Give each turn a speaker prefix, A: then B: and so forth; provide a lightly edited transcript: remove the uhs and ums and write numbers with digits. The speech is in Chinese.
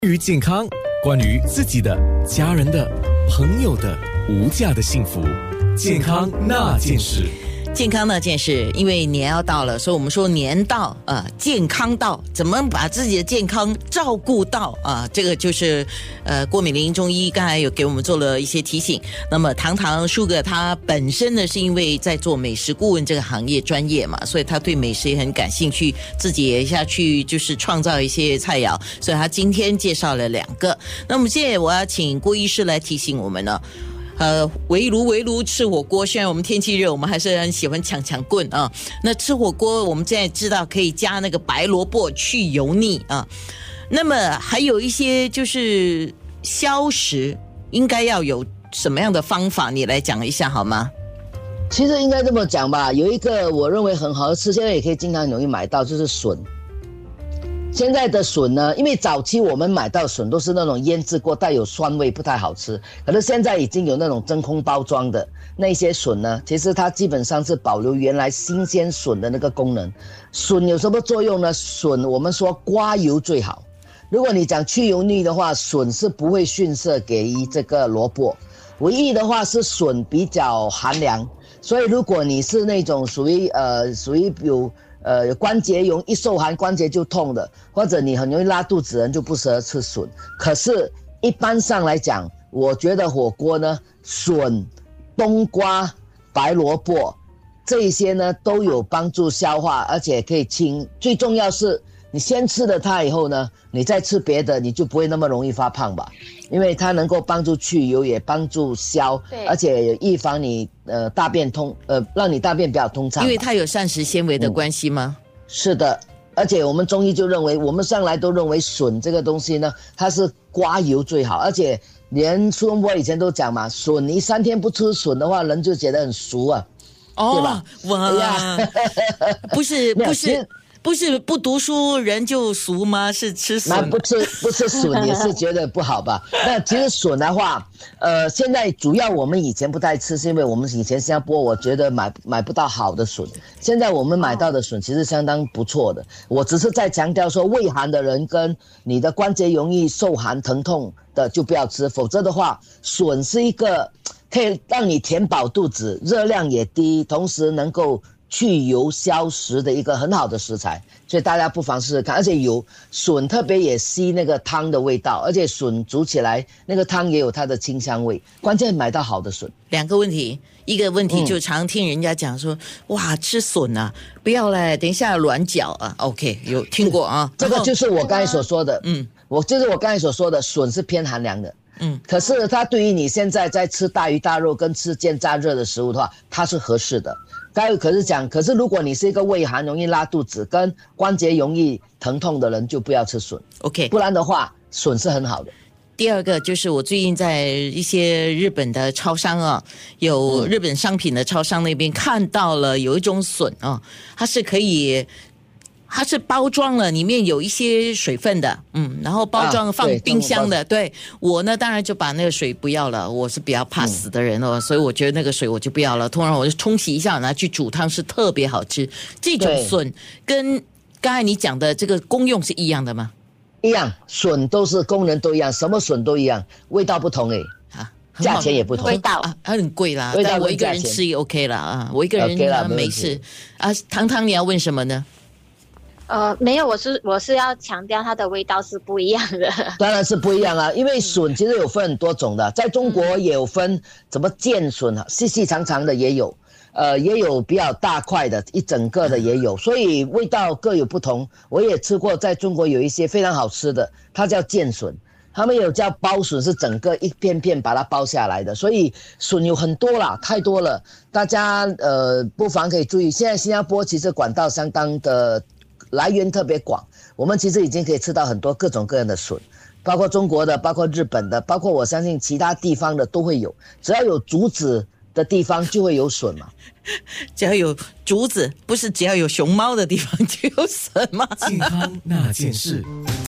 A: 关于健康，关于自己的、家人的、朋友的无价的幸福，健康那件事。
B: 健康那件事，因为年要到了，所以我们说年到健康到，怎么把自己的健康照顾到啊？这个就是郭美玲中医刚才有给我们做了一些提醒。那么堂舒哥他本身呢是因为在做美食顾问这个行业专业嘛，所以他对美食也很感兴趣，自己也下去就是创造一些菜肴，所以他今天介绍了2个。那么现在我要请郭医师来提醒我们呢。围炉吃火锅，虽然我们天气热，我们还是很喜欢抢棍啊。那吃火锅，我们现在知道可以加那个白萝卜去油腻啊。那么还有一些就是消食，应该要有什么样的方法？你来讲一下好吗？
C: 其实应该这么讲吧，有一个我认为很好吃，现在也可以经常容易买到，就是笋。现在的笋呢，因为早期我们买到笋都是那种腌制过带有酸味，不太好吃。可是现在已经有那种真空包装的那些笋呢，其实它基本上是保留原来新鲜笋的那个功能。笋有什么作用呢？笋我们说刮油最好。如果你讲去油腻的话，笋是不会逊色给这个萝卜。唯一的话是笋比较寒凉，所以如果你是那种属于有关节容易受寒关节就痛的，或者你很容易拉肚子的人就不适合吃笋。可是一般上来讲，我觉得火锅呢，笋、冬瓜、白萝卜这一些呢都有帮助消化，而且可以清。最重要是你先吃了它以后呢，你再吃别的，你就不会那么容易发胖吧。因为它能够帮助去油，也帮助消，而且有预防你大便让你大便比较通畅。
B: 因为它有膳食纤维的关系吗？
C: 是的，而且我们中医就认为，我们向来都认为笋这个东西呢，它是刮油最好，而且连苏东坡以前都讲嘛，笋你3天不吃笋的话，人就觉得很俗啊，对吧？
B: 哇，不是不读书人就俗吗？是吃笋？
C: 那不吃笋也是觉得不好吧？那其实笋的话，现在主要我们以前不太吃，是因为我们以前新加坡我觉得买不到好的笋。现在我们买到的笋其实相当不错的。我只是在强调说，胃寒的人跟你的关节容易受寒疼痛的就不要吃，否则的话，笋是一个可以让你填饱肚子，热量也低，同时能够去油消食的一个很好的食材，所以大家不妨试试看。而且笋特别也吸那个汤的味道，而且笋煮起来那个汤也有它的清香味。关键买到好的笋。
B: 2个问题，一个问题就常听人家讲说，哇，吃笋啊，不要嘞，等一下软脚啊。OK， 有听过啊？
C: 这个就是我刚才所说的，我刚才所说的，笋是偏寒凉的。可是它对于你现在在吃大鱼大肉跟吃煎炸热的食物的话，它是合适的。可是如果你是一个胃寒容易拉肚子跟关节容易疼痛的人，就不要吃笋。
B: OK，
C: 不然的话笋是很好的。
B: 第二个就是我最近在一些日本的超商啊，有日本商品的超商那边看到了有一种笋啊，它是包装了，里面有一些水分的，然后包装放冰箱的。对，我呢当然就把那个水不要了，我是比较怕死的人哦，所以我觉得那个水我就不要了，通常我就冲洗一下拿去煮汤，是特别好吃。这种笋跟刚才你讲的这个功用是一样的吗？
C: 一样，笋都是功能都一样，什么笋都一样，味道不同价钱也不同。
D: 味道
B: 很贵啦，
C: 味道
B: 但我一个人吃也 OK 啦啊，我一个人没事啊。汤你要问什么呢？
D: 没有，我是要强调它的味道是不一样的。
C: 当然是不一样啊，因为笋其实有分很多种的，在中国也有分怎么剑笋，细细长长的也有，也有比较大块的，一整个的也有，所以味道各有不同。我也吃过，在中国有一些非常好吃的，它叫剑笋。他们有叫包笋，是整个一片片把它包下来的，所以笋有很多啦，太多了，大家不妨可以注意。现在新加坡其实管道相当的来源特别广，我们其实已经可以吃到很多各种各样的笋，包括中国的，包括日本的，包括我相信其他地方的都会有，只要有竹子的地方就会有笋嘛。
B: 只要有竹子，不是只要有熊猫的地方就有笋吗？
A: 健康那件事。